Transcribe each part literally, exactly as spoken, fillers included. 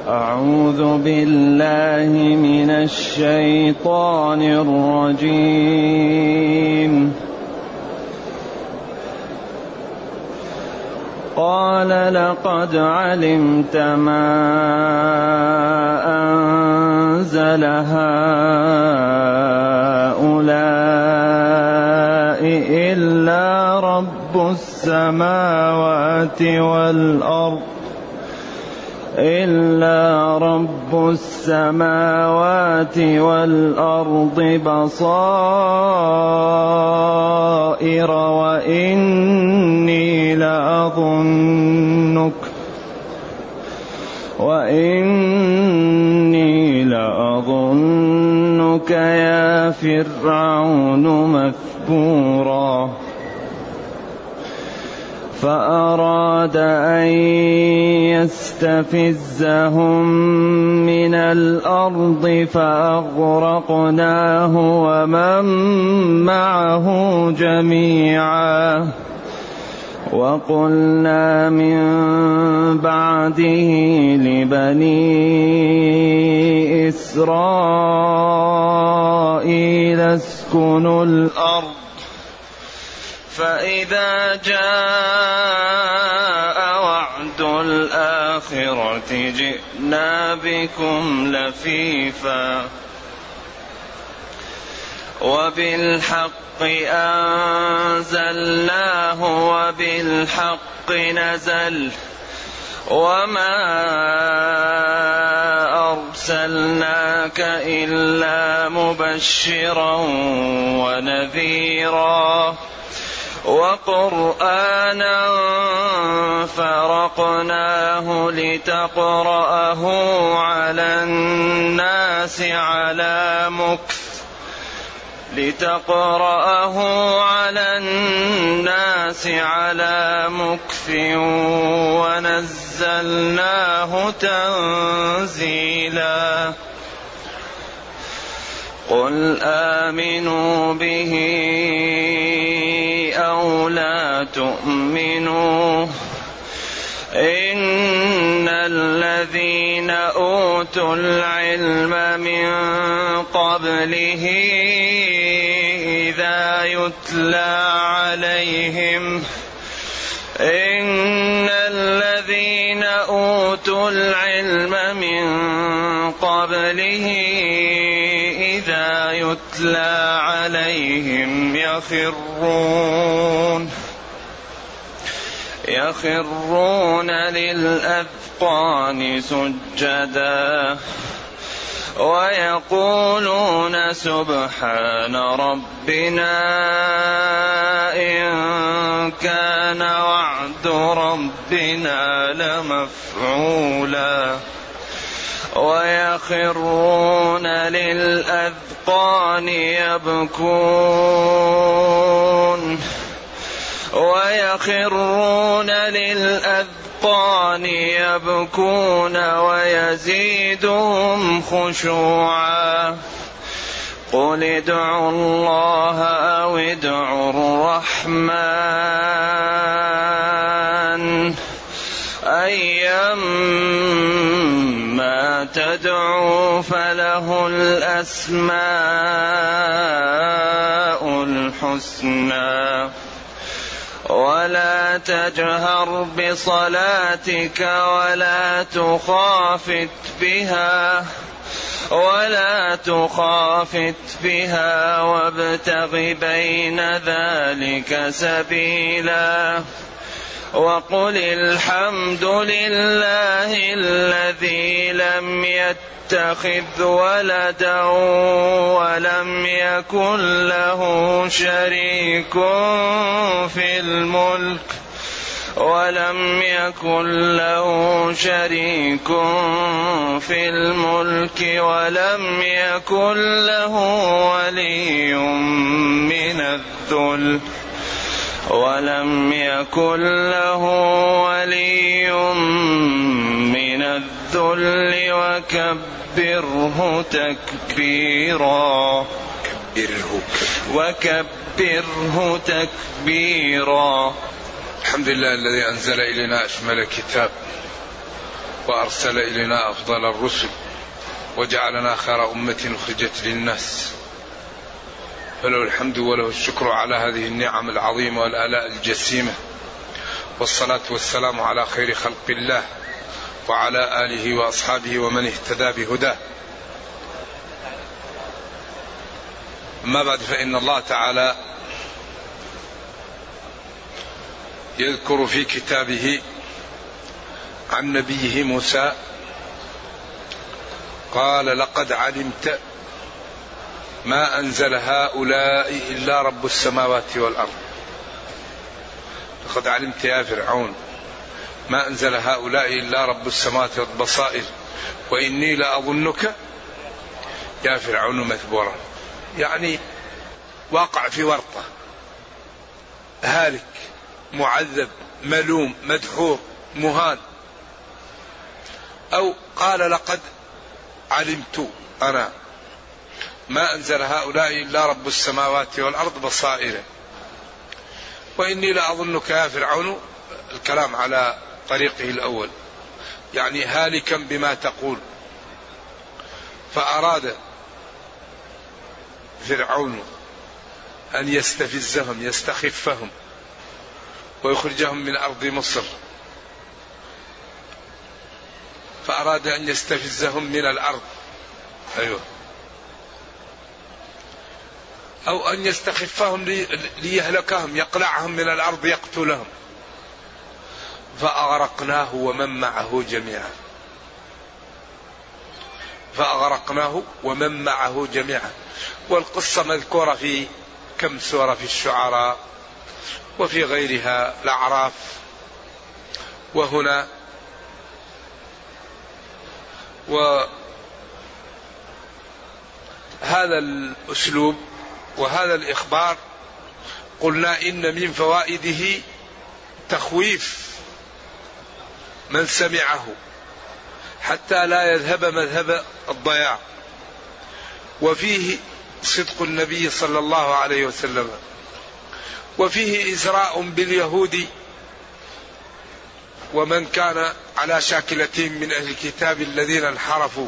أعوذ بالله من الشيطان الرجيم. قال لقد علمت ما أنزل هؤلاء إلا رب السماوات والأرض إلا رب السماوات والأرض بصائر وإني لأظنك وإني لأظنك يا فرعون مثبورا. فأراد أن يستفزهم من الأرض فأغرقناه ومن معه جميعا. وقلنا من بعده لبني إسرائيل اسكنوا الأرض فإذا جاء وعد الآخرة جئنا بكم لفيفا وبالحق أنزلناه وبالحق نزل وما أرسلناك إلا مبشرا ونذيرا وقرآنا فرقناه لتقرأه على الناس على مكث لتقرأه على الناس على مكث ونزلناه تنزيلا. قل آمنوا به أو لا تؤمنوا إن الذين أوتوا العلم من قبله إذا يتلى عليهم إن الذين أوتوا العلم من قبله إذا يتلى عليهم يخرون يخرون للأذقان سجدا ويقولون سبحان ربنا إن كان وعد ربنا لمفعولا ويخرون للأذقان يبكون ويخرون للأذقان يبكون ويزيدهم خشوعا. قل ادعوا الله أو ادعوا الرحمن أيما تدعوا فله الأسماء الحسنى ولا تجهر بصلاتك ولا تخافت بها ولا تخافت بها وابتغ بين ذلك سبيلا وقل الحمد لله الذي لم يتخذ ولدا ولم يكن له شريك في الملك ولم يكن له شريك في الملك ولم يكن له ولي من الذل ولم يكن له ولي من الذل وكبره تكبيرا وكبره تكبيرا. الحمد لله الذي أنزل إلينا أشمل كتاب وأرسل إلينا أفضل الرسل وجعلنا خير أمة أخرجت للناس، فله الحمد وله الشكر على هذه النعم العظيمة والآلاء الجسيمة، والصلاة والسلام على خير خلق الله وعلى آله وأصحابه ومن اهتدى بهداه. أما بعد، فإن الله تعالى يذكر في كتابه عن نبيه موسى قال: لقد علمت ما أنزل هؤلاء إلا رب السماوات والأرض. لقد علمت يا فرعون ما أنزل هؤلاء إلا رب السماوات والبصائر وإني لأظنك يا فرعون مثبورا. يعني واقع في ورطة، هالك، معذب، ملوم، مدحور، مهان. أو قال: لقد علمت أنا ما أنزل هؤلاء إلا رب السماوات والأرض بصائر وإني لأظنك يا فرعون. الكلام على طريقه الأول، يعني هالكا بما تقول. فأراد فرعون أن يستفزهم، يستخفهم، ويخرجهم من أرض مصر. فأراد أن يستفزهم من الأرض، أيوه، أو أن يستخفهم ليهلكهم، يقلعهم من الأرض، يقتلهم. فأغرقناه ومن معه جميعا فأغرقناه ومن معه جميعا. والقصة مذكورة في كم سورة في الشعراء وفي غيرها، الأعراف. وهنا وهذا الأسلوب وهذا الإخبار قلنا إن من فوائده تخويف من سمعه حتى لا يذهب مذهب الضياع، وفيه صدق النبي صلى الله عليه وسلم، وفيه إزراء باليهود ومن كان على شاكلتهم من أهل الكتاب الذين انحرفوا،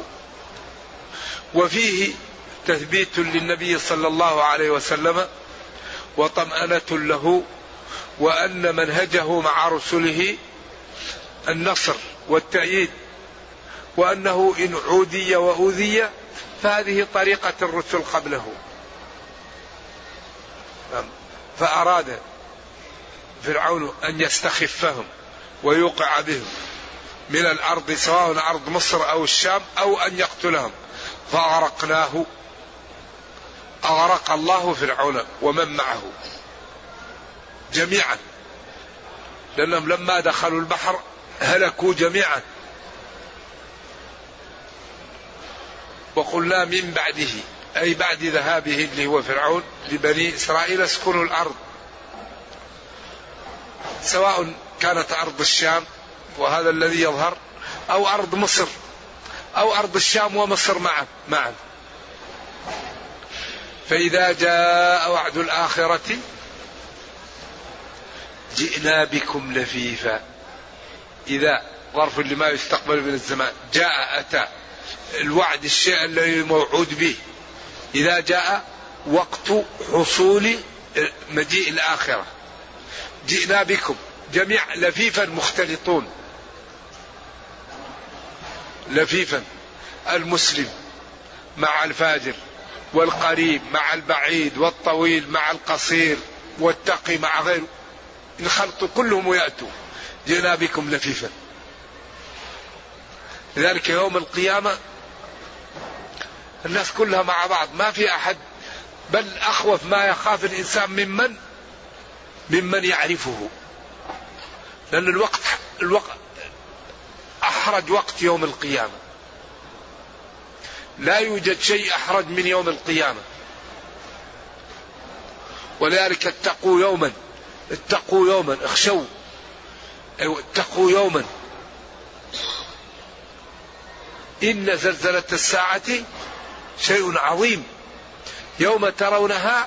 وفيه تثبيت للنبي صلى الله عليه وسلم وطمأنة له، وأن منهجه مع رسله النصر والتأييد، وأنه إن عودي وأوذي فهذه طريقة الرسل قبله. فأراد فرعون أن يستخفهم ويوقع بهم من الأرض، سواء أرض مصر أو الشام، أو أن يقتلهم. فأغرقناه، أغرق الله فرعون ومن معه جميعا، لأنهم لما دخلوا البحر هلكوا جميعا. وقلنا من بعده، أي بعد ذهابه اللي هو فرعون لبني إسرائيل اسكنوا الأرض، سواء كانت أرض الشام وهذا الذي يظهر، أو أرض مصر، أو أرض الشام ومصر معا معا. فإذا جاء وعد الآخرة جئنا بكم لفيفا. إذا ظرف لما يستقبل من الزمان، جاء أتى الوعد، الشيء الذي موعود به. إذا جاء وقت حصول مجيء الآخرة جئنا بكم جميع لفيفا مختلطون. لفيفا، المسلم مع الفاجر، والقريب مع البعيد، والطويل مع القصير، والتقي مع غيره، ينخلطوا كلهم ويأتوا. جئنا بكم لفيفا. لذلك يوم القيامة الناس كلها مع بعض، ما في أحد، بل أخوف ما يخاف الإنسان ممن ممن يعرفه، لأن الوقت الوقت أحرج وقت يوم القيامة. لا يوجد شيء أحرج من يوم القيامة. ولذلك اتقوا يوما، اتقوا يوما، اخشوا، اتقوا يوما إن زلزلة الساعة شيء عظيم، يوم ترونها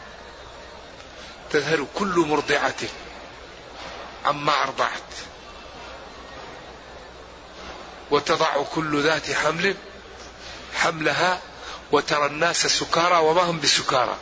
تذهل كل مرضعة عما أرضعت وتضع كل ذات حمل حملها وترى الناس سكارى وما هم بسكارى.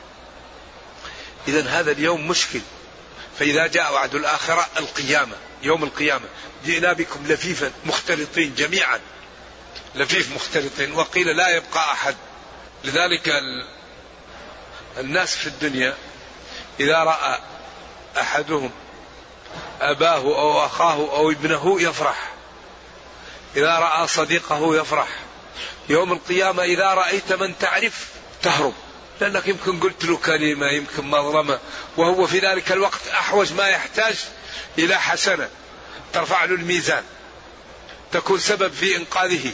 إذن هذا اليوم مشكل. فإذا جاء وعد الآخرة القيامة، يوم القيامة، جئنا بكم لفيفا مختلطين جميعا، لفيف مختلطين، وقيل لا يبقى أحد. لذلك الناس في الدنيا إذا رأى أحدهم أباه أو أخاه أو ابنه يفرح، إذا رأى صديقه يفرح. يوم القيامة إذا رأيت من تعرف تهرب، لأنك يمكن قلت له كلمة، يمكن مظلمة، وهو في ذلك الوقت أحوج ما يحتاج إلى حسنة ترفع له الميزان، تكون سبب في إنقاذه.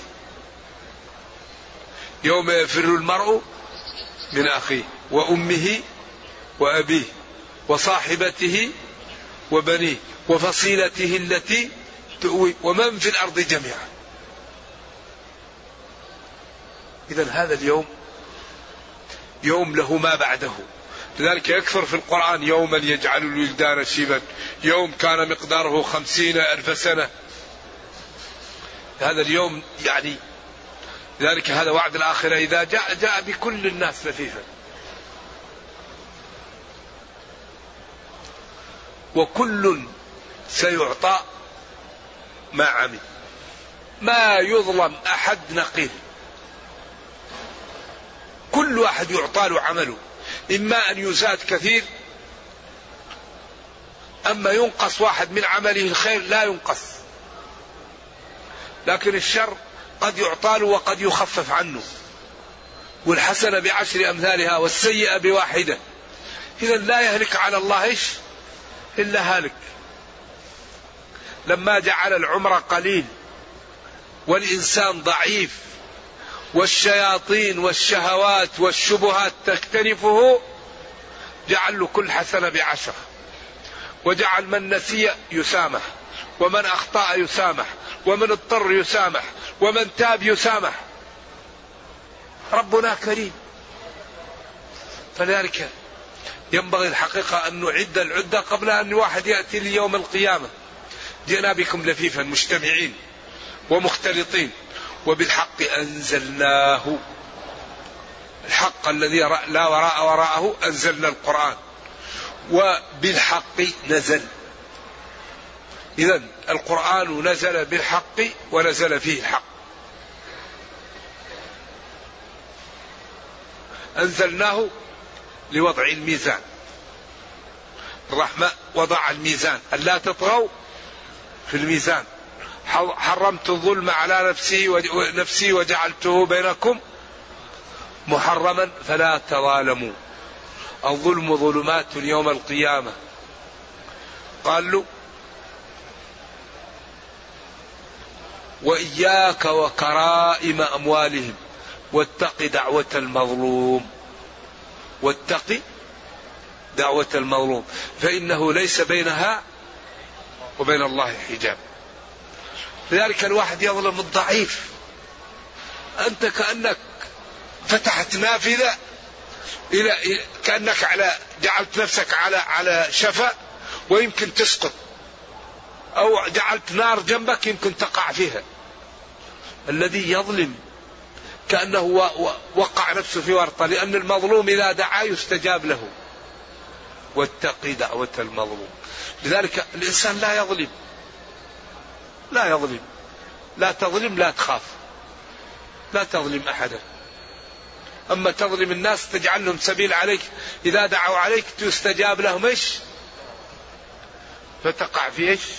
يوم يفر المرء من أخيه وأمه وأبيه وصاحبته وبنيه وفصيلته التي تؤوي ومن في الأرض جميعا. إذن هذا اليوم يوم له ما بعده. لذلك يكثر في القرآن يوما يجعل الولدان شيبا، يوم كان مقداره خمسين ألف سنة. هذا اليوم يعني لذلك هذا وعد الآخرة إذا جاء جاء بكل الناس لفيفا، وكل سيعطى ما عمل، ما يظلم أحد نقير، كل واحد يعطى له عمله، إما أن يزاد كثير، أما ينقص واحد من عمله الخير لا ينقص. لكن الشر قد يعطى له وقد يخفف عنه، والحسنة بعشر أمثالها والسيئة بواحدة. إذن لا يهلك على الله إيش إلا هالك. لما جعل العمر قليل والإنسان ضعيف والشياطين والشهوات والشبهات تكتنفه، جعل له كل حسنة بعشرة، وجعل من نسي يسامح، ومن أخطأ يسامح، ومن اضطر يسامح، ومن تاب يسامح. ربنا كريم. فلذلك ينبغي الحقيقة أن نعد العدة قبل أن واحد يأتي ليوم القيامة. جئنا بكم لفيفا مجتمعين ومختلطين، وبالحق أنزلناه، الحق الذي لا وراء وراءه أنزلنا القرآن، وبالحق نزل. إذن القرآن نزل بالحق ونزل فيه الحق. أنزلناه لوضع الميزان، الرحمة وضع الميزان ألا تطغوا في الميزان، حرمت الظلم على نفسي ونفسي وجعلته بينكم محرما فلا تظالموا. الظلم ظلمات يوم القيامة. قال له وإياك وكرائم أموالهم واتق دعوة المظلوم، واتق دعوة المظلوم فإنه ليس بينها وبين الله حجاب. لذلك الواحد يظلم الضعيف، أنت كأنك فتحت نافذة إلى كأنك على جعلت نفسك على على شفا ويمكن تسقط، أو جعلت نار جنبك يمكن تقع فيها. الذي يظلم كأنه وقع نفسه في ورطة، لأن المظلوم إذا دعا يستجاب له. واتقي دعوة المظلوم. لذلك الإنسان لا يظلم، لا يظلم، لا تظلم، لا تخاف، لا تظلم أحدا. أما تظلم الناس تجعل لهم سبيل عليك، إذا دعوا عليك تستجاب لهم إيش، فتقع في إيش،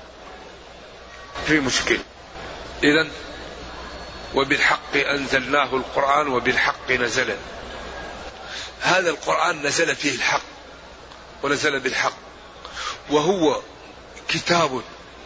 في مشكلة. إذن وبالحق أنزلناه القرآن وبالحق نزل. هذا القرآن نزل فيه الحق ونزل بالحق، وهو كتاب.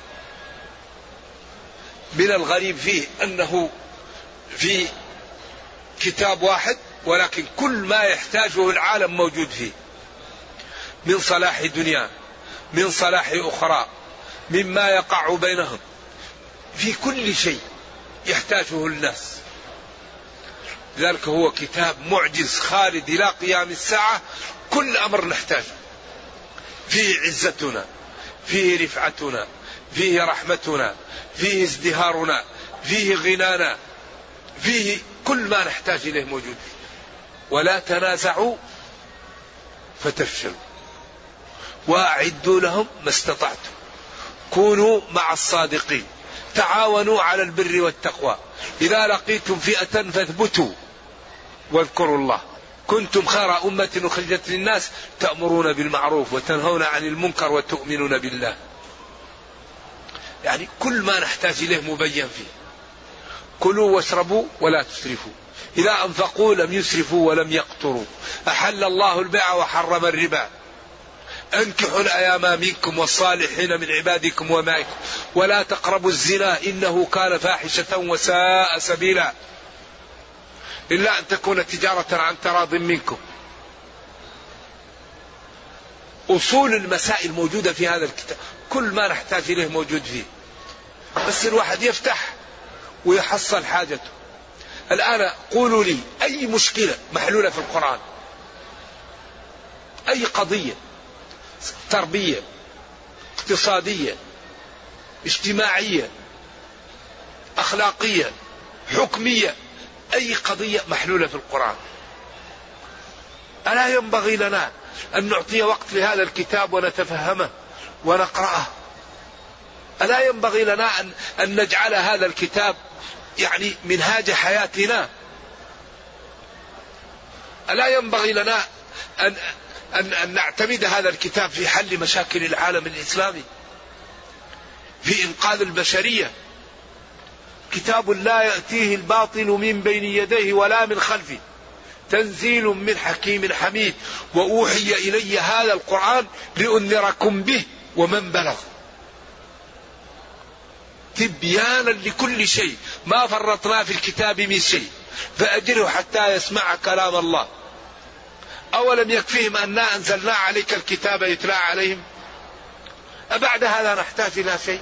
من الغريب فيه أنه في كتاب واحد ولكن كل ما يحتاجه العالم موجود فيه، من صلاح دنيا، من صلاح أخرى، مما يقع بينهم، في كل شيء يحتاجه الناس. لذلك هو كتاب معجز خالد إلى قيام الساعة، كل أمر نحتاجه، فيه عزتنا، فيه رفعتنا، فيه رحمتنا، فيه ازدهارنا، فيه غنانا، فيه كل ما نحتاج إليه موجود فيه. ولا تنازعوا فتفشلوا وأعدوا لهم ما استطعتم، كونوا مع الصادقين، تعاونوا على البر والتقوى، إذا لقيتم فئة فاثبتوا واذكروا الله، كنتم خير أمة أخرجت للناس تأمرون بالمعروف وتنهون عن المنكر وتؤمنون بالله. يعني كل ما نحتاج إليه مبين فيه. كلوا واشربوا ولا تسرفوا، إذا أنفقوا لم يسرفوا ولم يقتروا، أحل الله البيع وحرم الربا، أنكحوا الأيام منكم والصالحين من عبادكم ومائكم، ولا تقربوا الزنا إنه كان فاحشة وساء سبيلا، إلا أن تكون تجارة عن تراض منكم. أصول المسائل موجودة في هذا الكتاب، كل ما نحتاج إليه موجود فيه، بس الواحد يفتح ويحصل حاجته. الآن قولوا لي أي مشكلة محلولة في القرآن، أي قضية تربية، اقتصادية، اجتماعية، أخلاقية، حكمية، أي قضية محلولة في القرآن. ألا ينبغي لنا أن نعطي وقت لهذا الكتاب ونتفهمه ونقرأه؟ ألا ينبغي لنا أن, أن نجعل هذا الكتاب يعني منهاج حياتنا؟ ألا ينبغي لنا أن, أن, أن نعتمد هذا الكتاب في حل مشاكل العالم الإسلامي، في إنقاذ البشرية؟ كتاب لا يأتيه الباطل من بين يديه ولا من خلفه، تنزيل من حكيم حميد، وأوحي إلي هذا القرآن لأنذركم به ومن بلغ، تبيانا لكل شيء، ما فرطنا في الكتاب من شيء، فأجره حتى يسمع كلام الله. أولم يكفيهم أننا أنزلنا عليك الكتاب يتلى عليهم؟ أبعد هذا نحتاج إلى شيء؟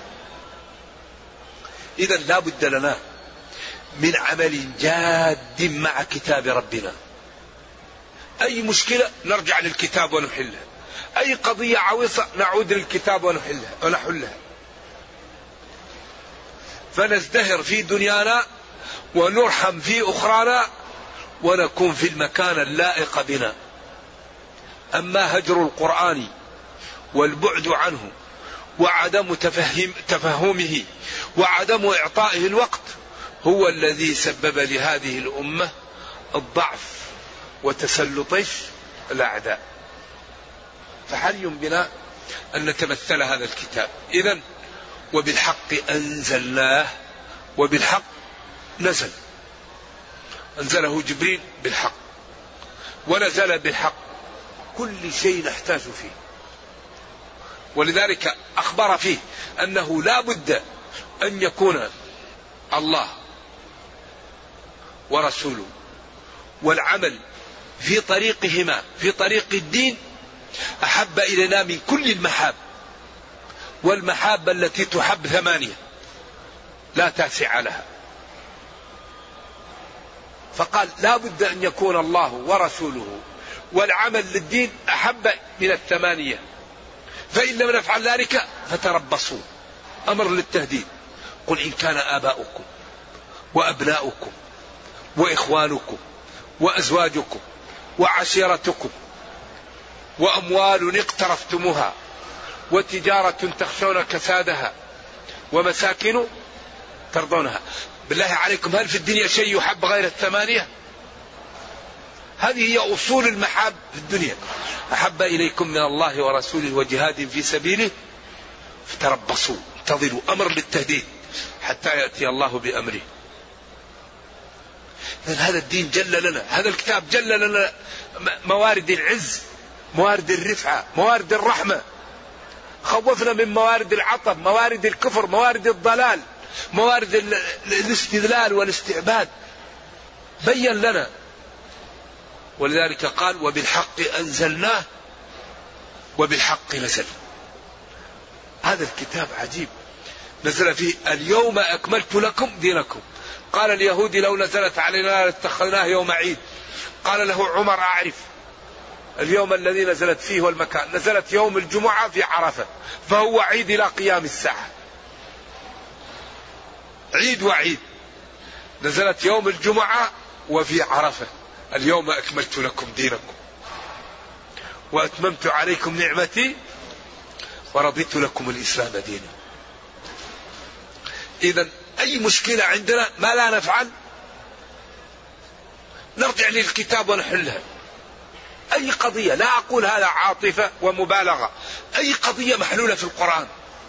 إذا لا بد لنا من عمل جاد مع كتاب ربنا. أي مشكلة نرجع للكتاب ونحلها، أي قضية عويصة نعود للكتاب ونحلها ونحلها، فنزدهر في دنيانا ونرحم في أخرانا ونكون في المكان اللائق بنا. أما هجر القرآن والبعد عنه وعدم تفهم تفهمه وعدم إعطائه الوقت هو الذي سبب لهذه الأمة الضعف وتسلط الأعداء. فحري بنا أن نتمثل هذا الكتاب. إذن وبالحق أنزلناه وبالحق نزل، أنزله جبريل بالحق ونزل بالحق، كل شيء نحتاج فيه. ولذلك أخبر فيه أنه لا بد أن يكون الله ورسوله والعمل في طريقهما في طريق الدين أحب إلينا من كل المحاب، والمحاب التي تحب ثمانية لا تاسع لها. فقال لا بد أن يكون الله ورسوله والعمل للدين أحب من الثمانية، فإن لم نفعل ذلك فتربصوا، أمر للتهديد. قل إن كان آباؤكم وأبناؤكم وإخوانكم وأزواجكم وعشيرتكم وأموال اقترفتموها وتجارة تخشون كسادها ومساكن ترضونها. بالله عليكم هل في الدنيا شيء يحب غير الثمانية؟ هذه هي أصول المحاب في الدنيا. أحب إليكم من الله ورسوله وجهاد في سبيله فتربصوا انتظروا، أمر للتهديد حتى يأتي الله بأمره. هذا الدين جل لنا، هذا الكتاب جل لنا موارد العز، موارد الرفعة، موارد الرحمة، خوفنا من موارد العطب، موارد الكفر، موارد الضلال، موارد الاستذلال والاستعباد، بين لنا. ولذلك قال وبالحق أنزلناه وبالحق نزل. هذا الكتاب عجيب، نزل فيه اليوم أكملت لكم دينكم. قال اليهود لو نزلت علينا لاتخذناه يوم عيد. قال له عمر أعرف اليوم الذي نزلت فيه والمكان، نزلت يوم الجمعة في عرفة، فهو عيد إلى قيام الساعة. عيد وعيد. نزلت يوم الجمعة وفي عرفة: اليوم أكملت لكم دينكم وأتممت عليكم نعمتي ورضيت لكم الإسلام دينا. إذن أي مشكلة عندنا ما لا نفعل نرجع للكتاب ونحلها. أي قضية، لا أقول هذا عاطفة ومبالغة، أي قضية محلولة في القرآن،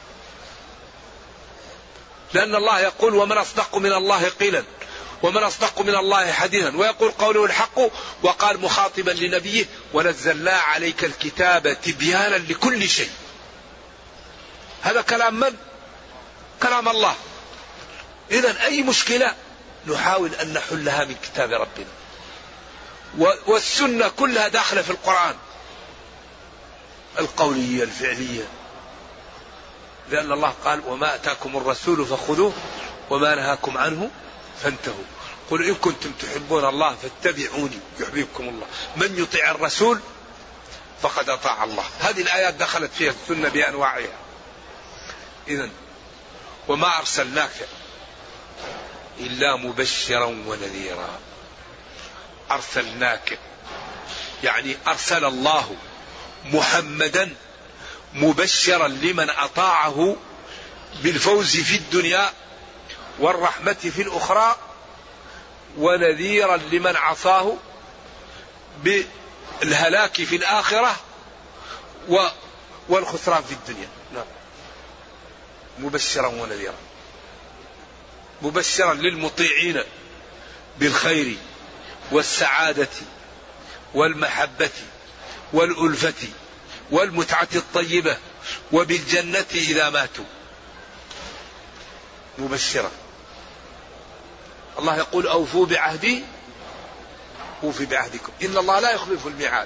لأن الله يقول: ومن أصدق من الله قيلا ومن أصدق من الله حديثا، ويقول قوله الحق، وقال مخاطبا لنبيه: ونزلنا عليك الكتاب تبيانا لكل شيء. هذا كلام من؟ كلام الله. إذن أي مشكلة نحاول أن نحلها من كتاب ربنا، والسنة كلها داخلة في القرآن، القولية الفعلية، لأن الله قال: وما أتاكم الرسول فخذوه وما نهاكم عنه فانتهوا. قل إن كنتم تحبون الله فاتبعوني يحببكم الله، من يطيع الرسول فقد أطاع الله. هذه الآيات دخلت فيها السنة بأنواعها. إذن وما أرسلناك إلا مبشرا ونذيرا. أرسلناك يعني أرسل الله محمدا مبشرا لمن أطاعه بالفوز في الدنيا والرحمة في الأخرى، ونذيرا لمن عصاه بالهلاك في الآخرة والخسران في الدنيا. نعم. مبشرا ونذيرا، مبشرا للمطيعين بالخير والسعادة والمحبة والألفة والمتعة الطيبة وبالجنة إذا ماتوا. مبشرا. الله يقول: أوفوا بعهدي أوفي بعهدكم إن الله لا يخلف الميعاد.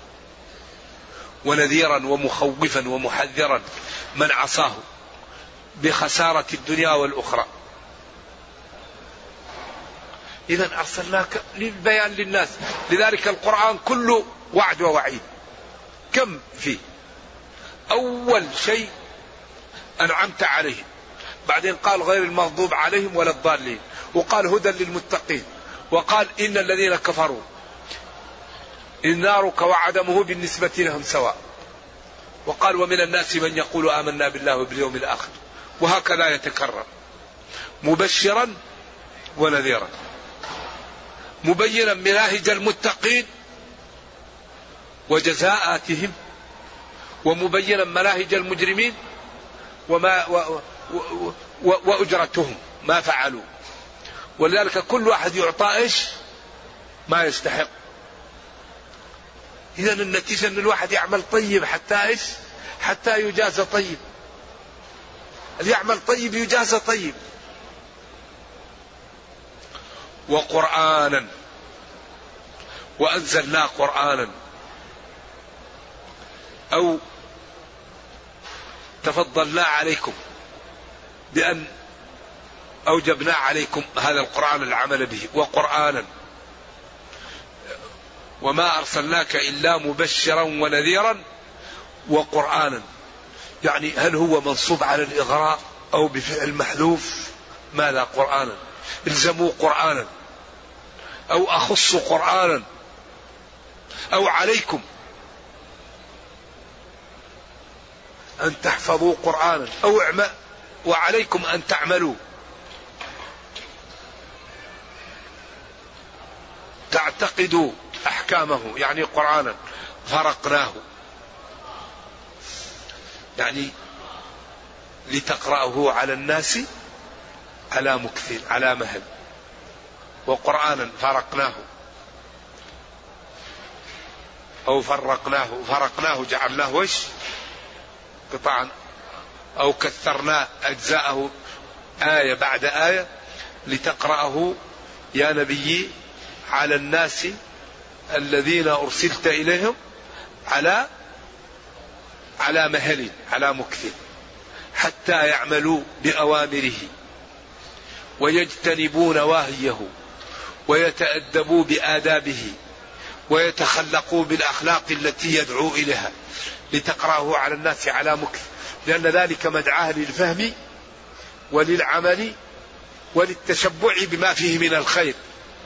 ونذيرا ومخوفا ومحذرا من عصاه بخسارة الدنيا والأخرى. إذن أرسلناك للبيان للناس. لذلك القرآن كله وعد ووعيد. كم فيه؟ أول شيء أنعمت عليهم، بعدين قال غير المغضوب عليهم ولا الضالين، وقال هدى للمتقين، وقال إن الذين كفروا النار كوعدمه بالنسبة لهم سواء، وقال ومن الناس من يقول آمنا بالله وباليوم الآخر، وهكذا يتكرر. مبشرا ونذيرا، مبينا مناهج المتقين وجزاءاتهم، ومبينا مناهج المجرمين وما و و و وأجرتهم ما فعلوا. ولذلك كل واحد يعطى إيش ما يستحق. إذن النتيجة أن الواحد يعمل طيب حتى إيش حتى يجازى طيب. اللي يعمل طيب يجازى طيب. وقرآنا، وأنزلنا قرآنا، أو تفضلنا عليكم بأن أوجبنا عليكم هذا القرآن العمل به. وقرآنا، وما أرسلناك إلا مبشرا ونذيرا وقرآنا. يعني هل هو منصوب على الإغراء أو بفعل محذوف؟ ماذا قرآنا؟ الزموا قرآنا، أو أخص قرآنا، أو عليكم أن تحفظوا قرآنا، أو اعمل وعليكم أن تعملوا تعتقدوا أحكامه. يعني قرآنا فرقناه، يعني لتقرأه على الناس على مكث على مهل. وقرآنا فرقناه أو فرقناه، فرقناه جعلناه وش قطعا، أو كثرنا أجزاءه آية بعد آية لتقرأه يا نبي على الناس الذين أرسلت إليهم على على مهل على مكث، حتى يعملوا بأوامره ويجتنبوا نواهيه ويتأدبوا بآدابه ويتخلقوا بالأخلاق التي يدعو إليها، لتقرأه على الناس على مكث، لأن ذلك مدعاه للفهم وللعمل وللتشبع بما فيه من الخير،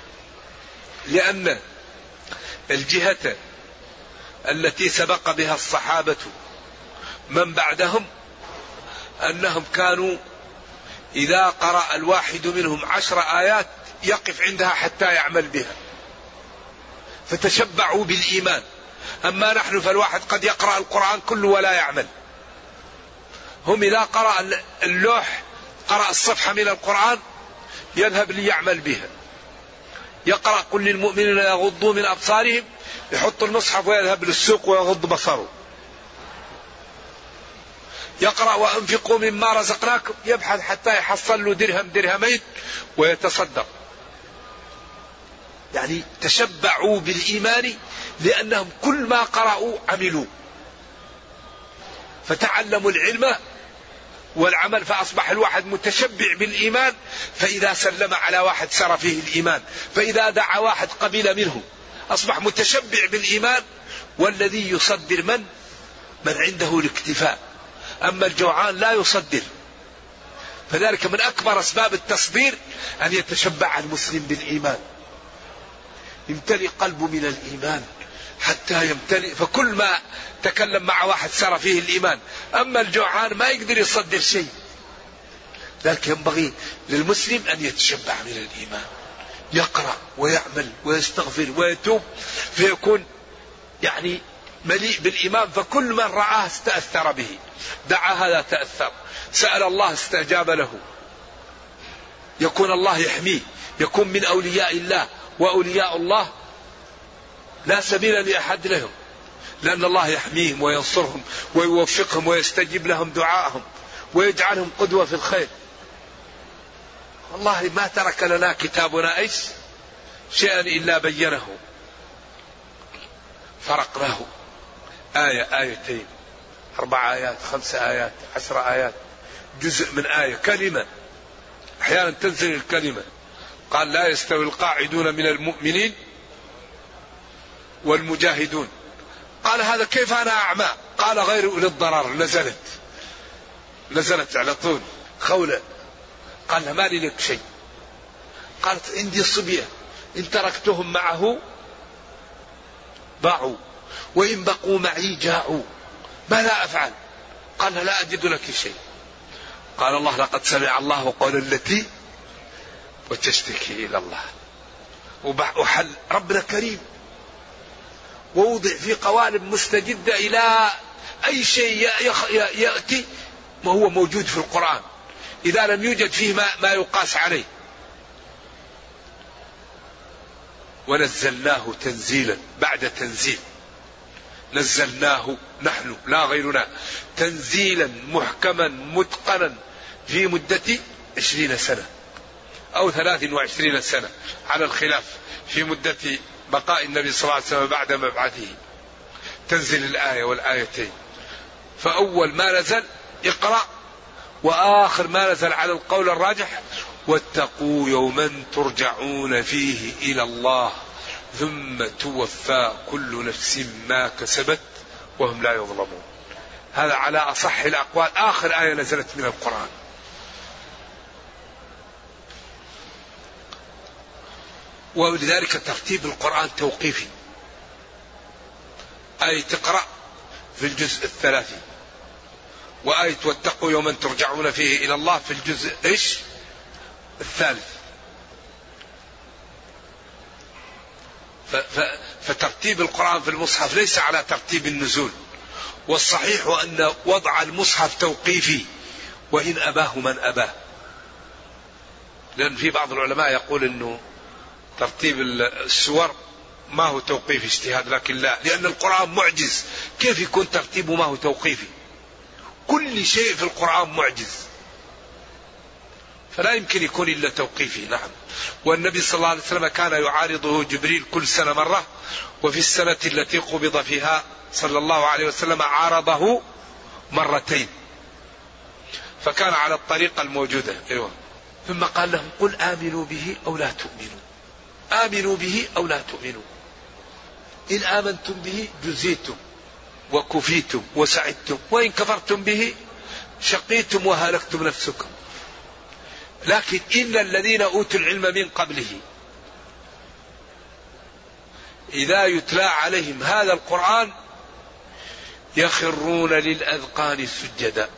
لأن الجهة التي سبق بها الصحابة من بعدهم أنهم كانوا إذا قرأ الواحد منهم عشر آيات يقف عندها حتى يعمل بها، فتشبعوا بالإيمان. أما نحن فالواحد قد يقرأ القرآن كله ولا يعمل. هم إذا قرأ اللوح قرأ الصفحة من القرآن يذهب ليعمل بها، يقرأ قل للمؤمنين يغضوا من أبصارهم، يحط المصحف ويذهب للسوق ويغض بصره، يقرأ وأنفقوا مما رزقناكم، يبحث حتى يحصل له درهم درهمين ويتصدق. يعني تشبعوا بالإيمان لأنهم كل ما قرأوا عملوا، فتعلموا العلم والعمل، فأصبح الواحد متشبع بالإيمان، فإذا سلم على واحد سر فيه الإيمان، فإذا دعا واحد قبل منه، أصبح متشبع بالإيمان. والذي يصدر من من عنده الاكتفاء، أما الجوعان لا يصدر. فذلك من أكبر أسباب التصدير أن يتشبع المسلم بالإيمان، يمتلئ قلبه من الإيمان حتى يمتلئ، فكل ما تكلم مع واحد سر فيه الإيمان. أما الجوعان ما يقدر يصدر شيء. لكن ينبغي للمسلم أن يتشبع من الإيمان، يقرأ ويعمل ويستغفر ويتوب، فيكون يعني مليء بالإيمان، فكل من رآه استأثر به، دعا هذا تأثر، سأل الله استجاب له، يكون الله يحميه، يكون من أولياء الله. وأولياء الله لا سبيل لأحد لهم، لأن الله يحميهم وينصرهم ويوفقهم ويستجيب لهم دعائهم ويجعلهم قدوة في الخير. والله ما ترك لنا كتابنا أيش شيئا إلا بينه، فرقناه آية آيتين أربع آيات خمس آيات عشر آيات، جزء من آية كلمة، أحيانا تنزل الكلمة. قال لا يستوي القاعدون من المؤمنين والمجاهدون. قال هذا كيف أنا أعمى؟ قال غير أولي الضرر. نزلت نزلت على طول خولة. قال ما لي لك شيء. قالت عندي صبية إن تركتهم معه باعوا وإن بقوا معي جاعوا، ماذا أفعل؟ قال لا أجد لك شيء. قال الله لقد سمع الله قول التي وتشتكي إلى الله. وحل ربنا كريم، ووضع في قوالب مستجدة إلى أي شيء يأتي وهو موجود في القرآن، إذا لم يوجد فيه ما, ما يقاس عليه. ونزلناه تنزيلا بعد تنزيل، نزلناه نحن لا غيرنا تنزيلا محكما متقنا في مدة عشرين سنة أو ثلاث وعشرين سنة على الخلاف في مدة بقاء النبي صلى الله عليه وسلم بعد مبعثه. تنزل الآية والآيتين، فأول ما نزل اقرأ، وآخر ما نزل على القول الراجح واتقوا يوما ترجعون فيه إلى الله ثم توفى كل نفس ما كسبت وهم لا يظلمون. هذا على أصح الأقوال آخر آية نزلت من القرآن. ولذلك ترتيب القرآن توقيفي. آية تقرأ في الجزء الثلاثي، وآية واتقوا يوما ترجعون فيه إلى الله في الجزء إيش الثالث. فترتيب القرآن في المصحف ليس على ترتيب النزول، والصحيح أن وضع المصحف توقيفي وإن أباه من أباه. لأن في بعض العلماء يقول أنه ترتيب السور ما هو توقيف اجتهاد، لكن لا، لأن القرآن معجز، كيف يكون ترتيبه ما هو توقيفي؟ كل شيء في القرآن معجز، فلا يمكن يكون إلا توقيفي. نعم. والنبي صلى الله عليه وسلم كان يعارضه جبريل كل سنة مرة، وفي السنة التي قبض فيها صلى الله عليه وسلم عارضه مرتين، فكان على الطريقة الموجودة. أيوة. ثم قال لهم قل آمنوا به أو لا تؤمنوا، آمنوا به أو لا تؤمنوا، إن آمنتم به جزيتم وكفيتم وسعدتم، وإن كفرتم به شقيتم وهلكتم نفسكم. لكن إن الذين أوتوا العلم من قبله إذا يتلى عليهم هذا القرآن يخرون للأذقان سجدا.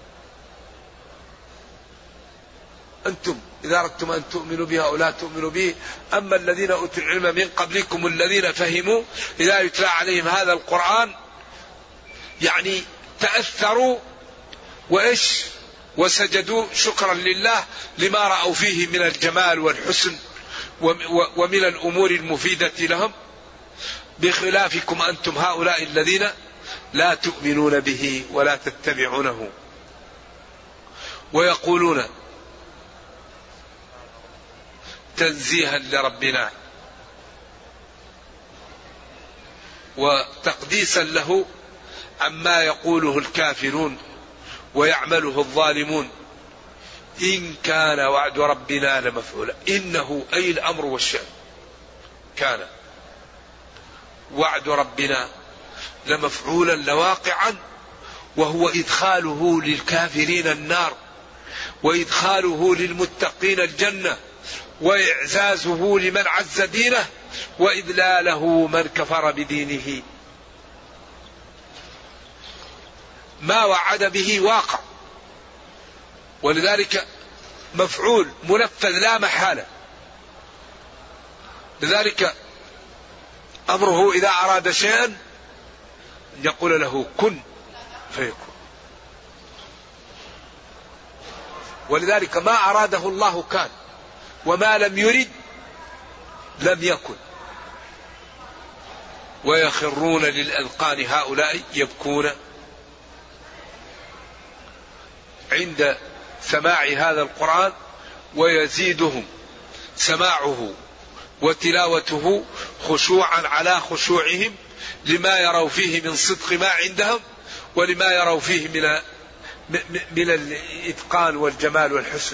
أنتم إذا أردتم أن تؤمنوا بها أو لا تؤمنوا به، أما الذين أوتوا العلم من قبلكم الذين فهموا إذا يتلى عليهم هذا القرآن يعني تأثروا وإيش وسجدوا شكرا لله لما رأوا فيه من الجمال والحسن ومن الأمور المفيدة لهم، بخلافكم أنتم هؤلاء الذين لا تؤمنون به ولا تتبعونه. ويقولون تنزيها لربنا وتقديسا له عما يقوله الكافرون ويعمله الظالمون، إن كان وعد ربنا لمفعولا. إنه أي الأمر والشأن كان وعد ربنا لمفعولا لواقعا، وهو إدخاله للكافرين النار وإدخاله للمتقين الجنة وإعزازه لمن عز دينه وإذلاله من كفر بدينه. ما وعد به واقع، ولذلك مفعول منفذ لا محالة. لذلك أمره إذا أراد شيئا يقول له كن فيكون. ولذلك ما أراده الله كان، وما لم يرد لم يكن. ويخرون للأذقان هؤلاء يبكون عند سماع هذا القرآن، ويزيدهم سماعه وتلاوته خشوعا على خشوعهم لما يروا فيه من صدق ما عندهم ولما يروا فيه من من الإتقان والجمال والحسن.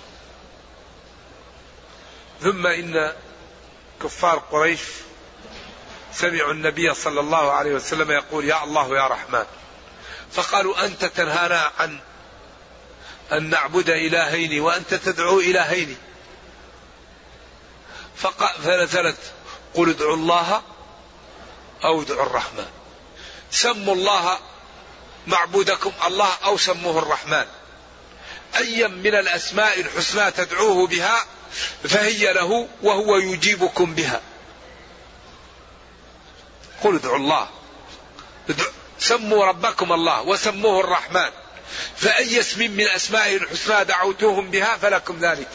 ثم إن كفار قريش سمعوا النبي صلى الله عليه وسلم يقول يا الله يا رحمن، فقالوا أنت تنهانا عن أن نعبد إلهين وأنت تدعو إلهين. فنزلت قل ادعوا الله أو ادعوا الرحمن، سموا الله معبودكم الله أو سموه الرحمن، أيا من الأسماء الحسنى تدعوه بها فهي له وهو يجيبكم بها. قل ادعوا الله، سموا ربكم الله وسموه الرحمن، فأي اسم من أسمائه الحسنى دعوتوهم بها فلكم ذلك.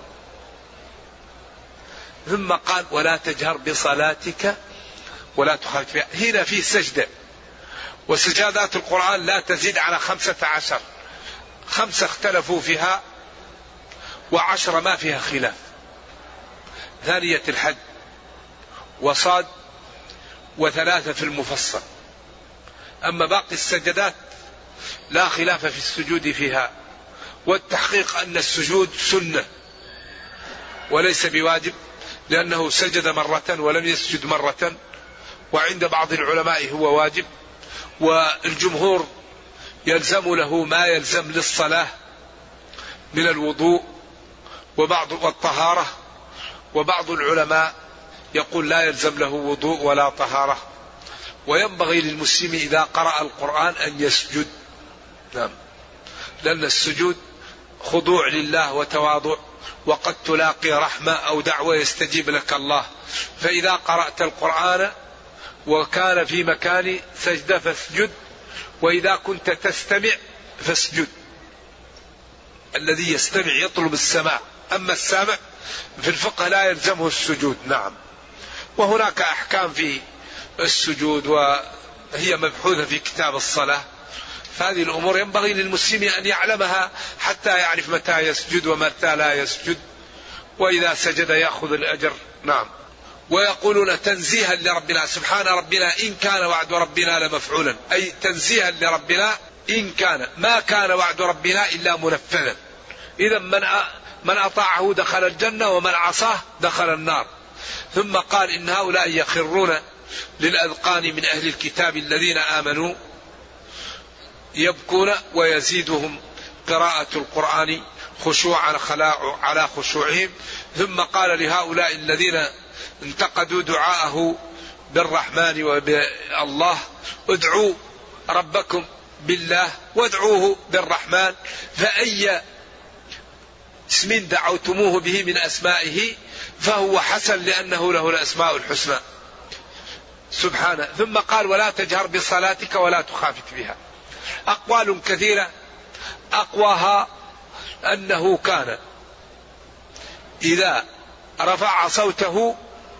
ثم قال ولا تجهر بصلاتك ولا تخافت بها. هنا في سجدة، وسجادات القرآن لا تزيد على خمسة عشر، خمسة اختلفوا فيها وعشرة ما فيها خلاف، ثانية الحج وصاد وثلاثة في المفصل. أما باقي السجدات لا خلاف في السجود فيها، والتحقيق أن السجود سنة وليس بواجب، لأنه سجد مرة ولم يسجد مرة، وعند بعض العلماء هو واجب، والجمهور يلزم له ما يلزم للصلاة من الوضوء وبعض والطهارة، وبعض العلماء يقول لا يلزم له وضوء ولا طهارة. وينبغي للمسلم إذا قرأ القرآن أن يسجد، نعم، لأن السجود خضوع لله وتواضع، وقد تلاقي رحمة أو دعوة يستجيب لك الله. فإذا قرأت القرآن وكان في مكان سجدة فاسجد، وإذا كنت تستمع فاسجد. الذي يستمع يطلب السماع، أما السامع في الفقه لا يلزمه السجود. نعم. وهناك أحكام في السجود وهي مبحوثة في كتاب الصلاة، فهذه الأمور ينبغي للمسلم أن يعلمها حتى يعرف متى يسجد ومتى لا يسجد، وإذا سجد يأخذ الأجر. نعم. ويقولون تنزيها لربنا، سبحان ربنا إن كان وعد ربنا لمفعولا، أي تنزيها لربنا إن كان، ما كان وعد ربنا إلا منفذا. إذا من من أطاعه دخل الجنة ومن عصاه دخل النار. ثم قال إن هؤلاء يخرون للأذقان من أهل الكتاب الذين آمنوا يبكون، ويزيدهم قراءة القرآن خشوعا على خشوعهم. ثم قال لهؤلاء الذين انتقدوا دعاءه بالرحمن وبالله: ادعوا ربكم بالله وادعوه بالرحمن، فأي اسم دعوتموه به من أسمائه فهو حسن لأنه له الأسماء الحسنى سبحانه. ثم قال: ولا تجهر بصلاتك ولا تخافت بها. أقوال كثيرة، أقواها أنه كان إذا رفع صوته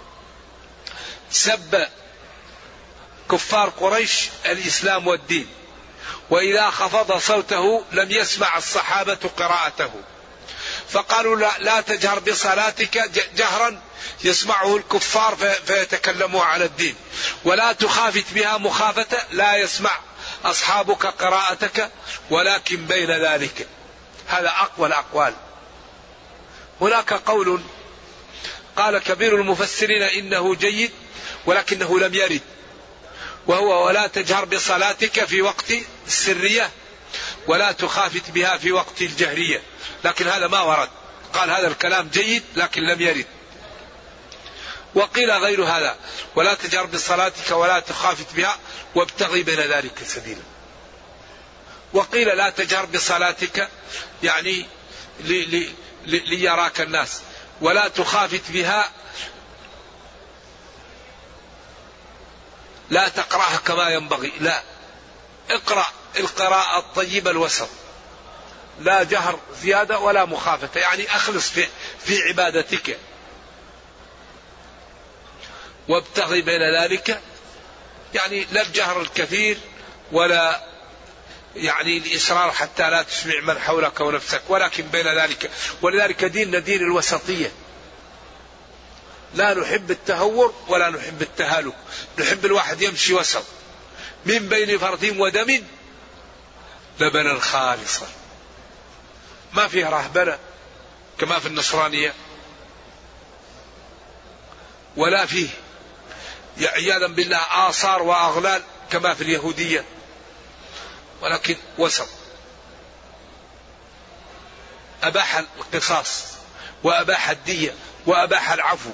سب كفار قريش الإسلام والدين، وإذا خفض صوته لم يسمع الصحابة قراءته، فقالوا لا, لا تجهر بصلاتك جهرا يسمعه الكفار فيتكلموا على الدين، ولا تخافت بها مخافة لا يسمع أصحابك قراءتك، ولكن بين ذلك. هذا أقوى الأقوال. هناك قول قال كبير المفسرين إنه جيد ولكنه لم يرد، وهو: ولا تجهر بصلاتك في وقت السرية ولا تخافت بها في وقت الجهرية، لكن هذا ما ورد. قال هذا الكلام جيد لكن لم يرد. وقيل غير هذا: ولا تجهر بصلاتك ولا تخافت بها وابتغي بين ذلك سبيلا. وقيل لا تجهر بصلاتك يعني لي لي لي ليراك الناس، ولا تخافت بها لا تقرأها كما ينبغي، لا، اقرأ القراءة الطيبة الوسط، لا جهر زيادة ولا مخافة، يعني أخلص في, في عبادتك. وابتغي بين ذلك، يعني لا الجهر الكثير ولا يعني الإصرار حتى لا تسمع من حولك ونفسك، ولكن بين ذلك. ولذلك ديننا دين الوسطية، لا نحب التهور ولا نحب التهالك، نحب الواحد يمشي وسط من بين فرث ودم لبنا خالصا، ما فيه رهبنة كما في النصرانية، ولا فيه عياذا بالله آثار وأغلال كما في اليهودية، ولكن وسط. أباح القصاص وأباح الدية وأباح العفو.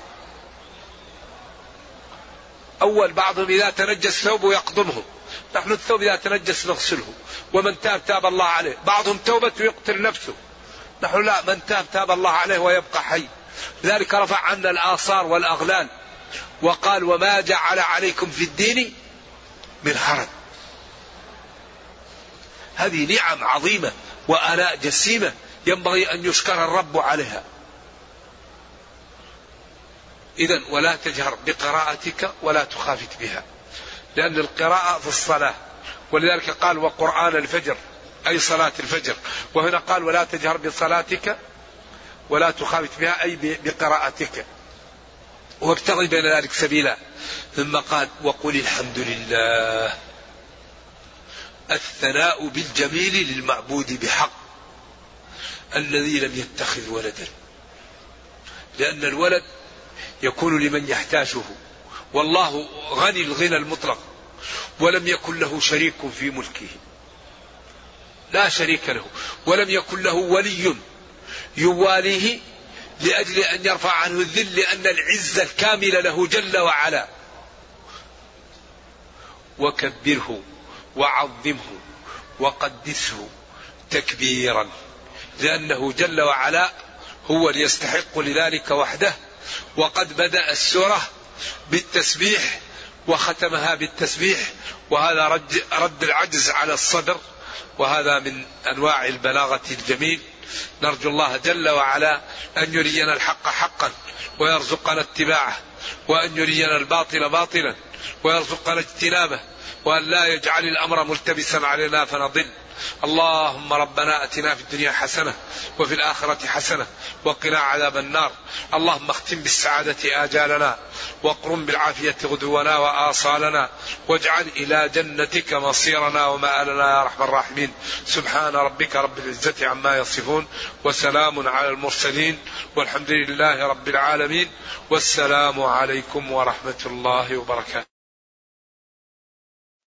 أول بعضهم إذا تنجس ثوبه يقضمه، نحن الثوب إذا تنجس نغسله، ومن تاب تاب الله عليه. بعضهم توبته يقتل نفسه، نحن لا، من تاب تاب الله عليه ويبقى حي. لذلك رفع عنا الآثار والأغلال وقال: وما جعل عليكم في الدين من حرج. هذه نعم عظيمة وآلاء جسيمة ينبغي أن يشكر الرب عليها. إذن ولا تجهر بقراءتك ولا تخافت بها، لأن القراءة في الصلاة، ولذلك قال: وقرآن الفجر، أي صلاة الفجر. وهنا قال: ولا تجهر بصلاتك ولا تخافت بها، أي بقراءتك، وابتغي بين ذلك سبيلا. ثم قال: وقل الحمد لله. الثناء بالجميل للمعبود بحق الذي لم يتخذ ولدا، لأن الولد يكون لمن يحتاجه، والله غني الغنى المطلق، ولم يكن له شريك في ملكه، لا شريك له، ولم يكن له ولي يواليه لأجل أن يرفع عنه الذل، لأن العزة الكاملة له جل وعلا. وكبره وعظمه وقدسه تكبيرا، لأنه جل وعلا هو اللي يستحق لذلك وحده. وقد بدأ السورة بالتسبيح وختمها بالتسبيح، وهذا رد, رد العجز على الصدر، وهذا من أنواع البلاغة الجميل. نرجو الله جل وعلا أن يرينا الحق حقا ويرزقنا اتباعه، وأن يرينا الباطل باطلا ويرزقنا اجتنابه، وأن لا يجعل الأمر ملتبسا علينا فنضل. اللهم ربنا أتنا في الدنيا حسنة وفي الآخرة حسنة وقنا عذاب النار. اللهم اختم بالسعادة آجالنا، واقرم بالعافية غدونا وآصالنا، واجعل إلى جنتك مصيرنا ومآلنا يا أرحم الراحمين. سبحان ربك رب العزة عما يصفون، وسلام على المرسلين، والحمد لله رب العالمين، والسلام عليكم ورحمة الله وبركاته.